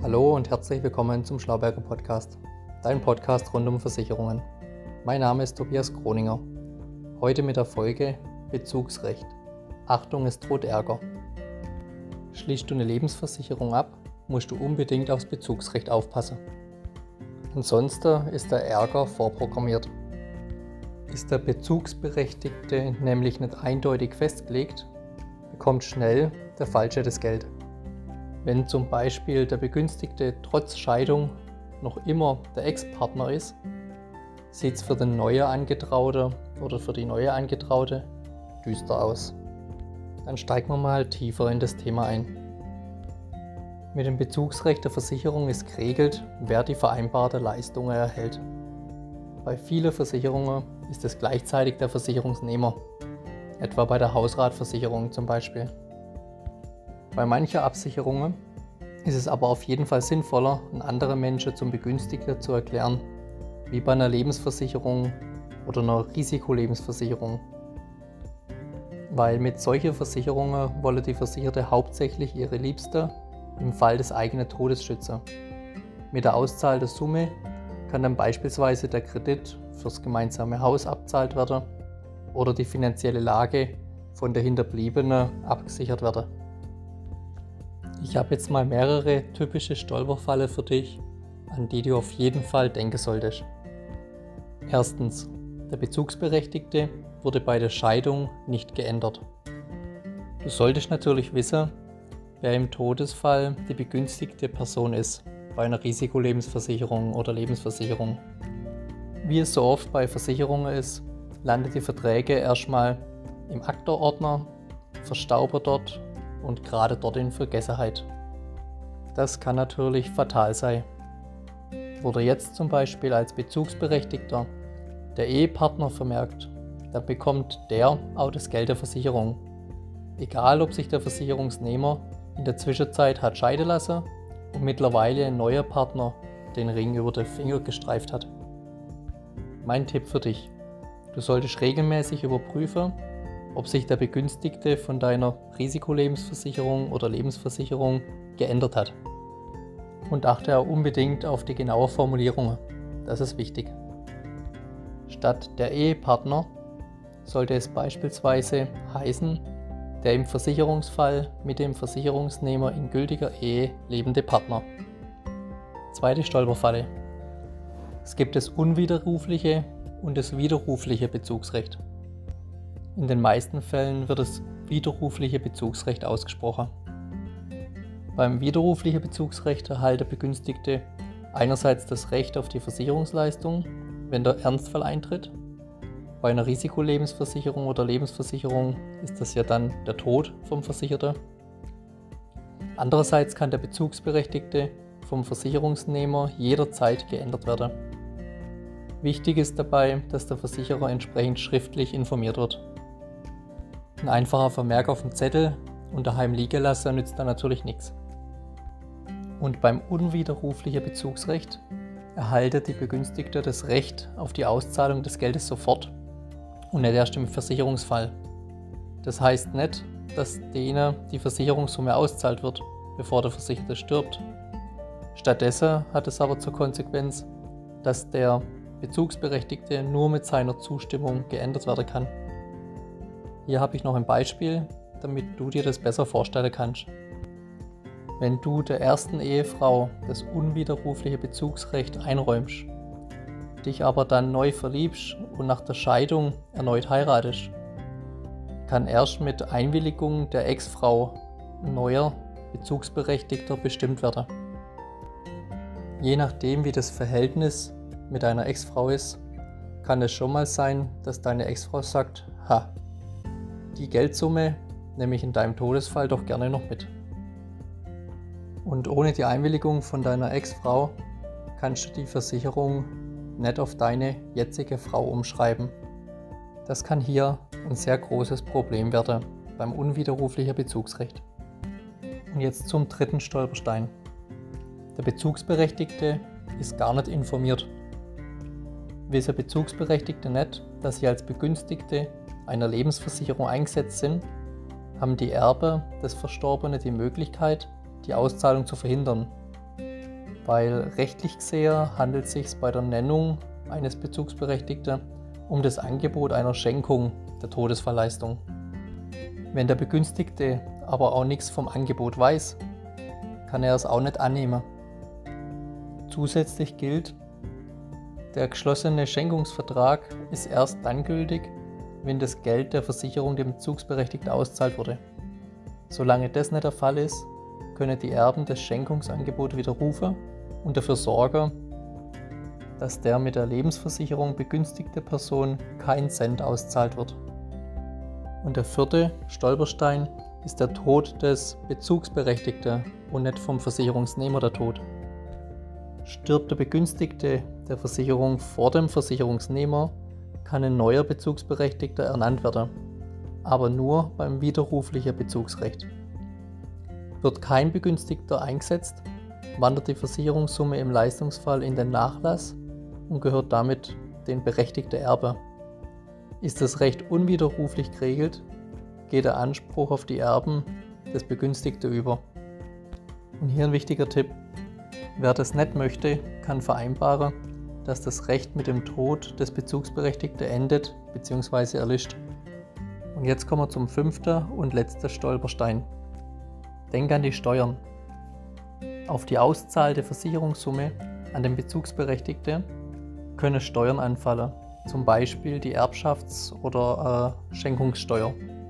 Hallo und herzlich willkommen zum Schlauberger Podcast, dein Podcast rund um Versicherungen. Mein Name ist Tobias Kroninger. Heute mit der Folge Bezugsrecht. Achtung, es droht Ärger. Schließt du eine Lebensversicherung ab, musst du unbedingt aufs Bezugsrecht aufpassen. Ansonsten ist der Ärger vorprogrammiert. Ist der Bezugsberechtigte nämlich nicht eindeutig festgelegt, bekommt schnell der Falsche das Geld. Wenn zum Beispiel der Begünstigte trotz Scheidung noch immer der Ex-Partner ist, sieht es für den neuen Angetraute oder für die neue Angetraute düster aus. Dann steigen wir mal tiefer in das Thema ein. Mit dem Bezugsrecht der Versicherung ist geregelt, wer die vereinbarte Leistungen erhält. Bei vielen Versicherungen ist es gleichzeitig der Versicherungsnehmer, etwa bei der Hausratversicherung zum Beispiel. Bei manchen Absicherungen ist es aber auf jeden Fall sinnvoller, einen anderen Menschen zum Begünstigten zu erklären, wie bei einer Lebensversicherung oder einer Risikolebensversicherung. Weil mit solchen Versicherungen wollen die Versicherte hauptsächlich ihre Liebste im Fall des eigenen Todes schützen. Mit der auszahlten Summe kann dann beispielsweise der Kredit fürs gemeinsame Haus abzahlt werden oder die finanzielle Lage von der Hinterbliebenen abgesichert werden. Ich habe jetzt mal mehrere typische Stolperfallen für dich, an die du auf jeden Fall denken solltest. Erstens, der Bezugsberechtigte wurde bei der Scheidung nicht geändert. Du solltest natürlich wissen, wer im Todesfall die begünstigte Person ist, bei einer Risikolebensversicherung oder Lebensversicherung. Wie es so oft bei Versicherungen ist, landen die Verträge erstmal im Aktenordner, verstauben dort und gerade dort in Vergessenheit. Das kann natürlich fatal sein. Wurde jetzt zum Beispiel als Bezugsberechtigter der Ehepartner vermerkt, dann bekommt der auch das Geld der Versicherung. Egal, ob sich der Versicherungsnehmer in der Zwischenzeit hat scheiden lassen und mittlerweile ein neuer Partner den Ring über den Finger gestreift hat. Mein Tipp für dich: Du solltest regelmäßig überprüfen, ob sich der Begünstigte von deiner Risikolebensversicherung oder Lebensversicherung geändert hat. Und achte auch unbedingt auf die genaue Formulierung. Das ist wichtig. Statt der Ehepartner sollte es beispielsweise heißen, der im Versicherungsfall mit dem Versicherungsnehmer in gültiger Ehe lebende Partner. Zweite Stolperfalle. Es gibt das unwiderrufliche und das widerrufliche Bezugsrecht. In den meisten Fällen wird das widerrufliche Bezugsrecht ausgesprochen. Beim widerruflichen Bezugsrecht erhält der Begünstigte einerseits das Recht auf die Versicherungsleistung, wenn der Ernstfall eintritt. Bei einer Risikolebensversicherung oder Lebensversicherung ist das ja dann der Tod vom Versicherten. Andererseits kann der Bezugsberechtigte vom Versicherungsnehmer jederzeit geändert werden. Wichtig ist dabei, dass der Versicherer entsprechend schriftlich informiert wird. Ein einfacher Vermerk auf dem Zettel und daheim liegen lassen nützt dann natürlich nichts. Und beim unwiderruflichen Bezugsrecht erhalten die Begünstigten das Recht auf die Auszahlung des Geldes sofort und nicht erst im Versicherungsfall. Das heißt nicht, dass denen die Versicherungssumme auszahlt wird, bevor der Versicherte stirbt. Stattdessen hat es aber zur Konsequenz, dass der Bezugsberechtigte nur mit seiner Zustimmung geändert werden kann. Hier habe ich noch ein Beispiel, damit du dir das besser vorstellen kannst. Wenn du der ersten Ehefrau das unwiderrufliche Bezugsrecht einräumst, dich aber dann neu verliebst und nach der Scheidung erneut heiratest, kann erst mit Einwilligung der Ex-Frau ein neuer Bezugsberechtigter bestimmt werden. Je nachdem, wie das Verhältnis mit deiner Ex-Frau ist, kann es schon mal sein, dass deine Ex-Frau sagt: Die Geldsumme nehme ich in deinem Todesfall doch gerne noch mit. Und ohne die Einwilligung von deiner Ex-Frau kannst du die Versicherung nicht auf deine jetzige Frau umschreiben. Das kann hier ein sehr großes Problem werden beim unwiderruflichen Bezugsrecht. Und jetzt zum dritten Stolperstein. Der Bezugsberechtigte ist gar nicht informiert. Wissen Bezugsberechtigte nicht, dass sie als Begünstigte einer Lebensversicherung eingesetzt sind, haben die Erben des Verstorbenen die Möglichkeit, die Auszahlung zu verhindern. weil rechtlich gesehen handelt es sich bei der Nennung eines Bezugsberechtigten um das Angebot einer Schenkung der Todesfallleistung. Wenn der Begünstigte aber auch nichts vom Angebot weiß, kann er es auch nicht annehmen. Zusätzlich gilt, der geschlossene Schenkungsvertrag ist erst dann gültig, wenn das Geld der Versicherung dem Bezugsberechtigten ausgezahlt wurde. Solange das nicht der Fall ist, können die Erben das Schenkungsangebot widerrufen und dafür sorgen, dass der mit der Lebensversicherung begünstigte Person kein Cent auszahlt wird. Und der vierte Stolperstein ist der Tod des Bezugsberechtigten und nicht vom Versicherungsnehmer der Tod. Stirbt der Begünstigte der Versicherung vor dem Versicherungsnehmer, kann ein neuer Bezugsberechtigter ernannt werden, aber nur beim widerruflichen Bezugsrecht. Wird kein Begünstigter eingesetzt, wandert die Versicherungssumme im Leistungsfall in den Nachlass und gehört damit den berechtigten Erbe. Ist das Recht unwiderruflich geregelt, geht der Anspruch auf die Erben des Begünstigten über. Und hier ein wichtiger Tipp: Wer das nicht möchte, kann vereinbaren, dass das Recht mit dem Tod des Bezugsberechtigten endet bzw. erlischt. Und jetzt kommen wir zum fünften und letzten Stolperstein. Denk an die Steuern. Auf die auszahlte Versicherungssumme an den Bezugsberechtigten können Steuern anfallen, zum Beispiel die Erbschafts- oder Schenkungssteuer.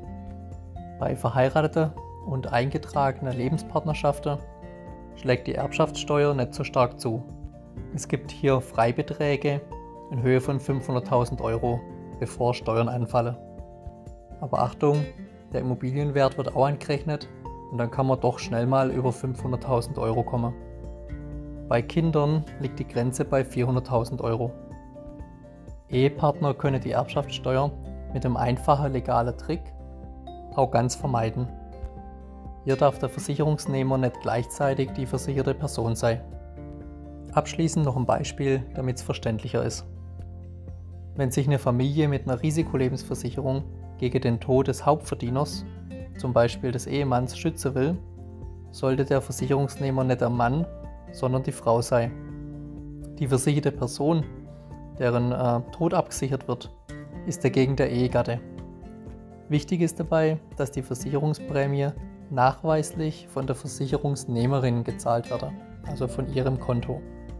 Bei verheirateten und eingetragenen Lebenspartnerschaften schlägt die Erbschaftssteuer nicht so stark zu. Es gibt hier Freibeträge in Höhe von 500.000 €, bevor Steuern anfallen. Aber Achtung, der Immobilienwert wird auch angerechnet und dann kann man doch schnell mal über 500.000 € kommen. Bei Kindern liegt die Grenze bei 400.000 €. Ehepartner können die Erbschaftssteuer mit einem einfachen legalen Trick auch ganz vermeiden. Hier darf der Versicherungsnehmer nicht gleichzeitig die versicherte Person sein. Abschließend noch ein Beispiel, damit es verständlicher ist. Wenn sich eine Familie mit einer Risikolebensversicherung gegen den Tod des Hauptverdieners, zum Beispiel des Ehemanns, schützen will, sollte der Versicherungsnehmer nicht der Mann, sondern die Frau sein. Die versicherte Person, deren Tod abgesichert wird, ist dagegen der Ehegatte. Wichtig ist dabei, dass die Versicherungsprämie nachweislich von der Versicherungsnehmerin gezahlt wird, also von ihrem Konto.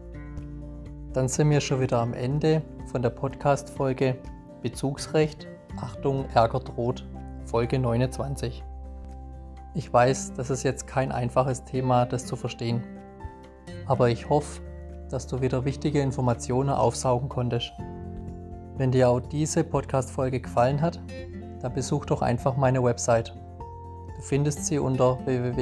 Dann sind wir schon wieder am Ende von der Podcast-Folge Bezugsrecht, Achtung, Ärger droht, Folge 29. Ich weiß, das ist jetzt kein einfaches Thema, das zu verstehen. Aber ich hoffe, dass du wieder wichtige Informationen aufsaugen konntest. Wenn dir auch diese Podcast-Folge gefallen hat, dann besuch doch einfach meine Website. Du findest sie unter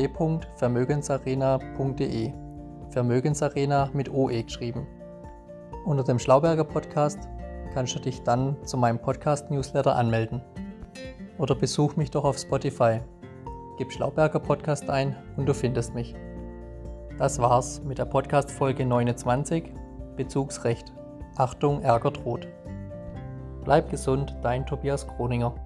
www.vermögensarena.de. Vermögensarena mit OE geschrieben. Unter dem Schlauberger Podcast kannst du dich dann zu meinem Podcast-Newsletter anmelden. Oder besuch mich doch auf Spotify. Gib Schlauberger Podcast ein und du findest mich. Das war's mit der Podcast-Folge 29, Bezugsrecht. Achtung, Ärger droht. Bleib gesund, dein Tobias Kroninger.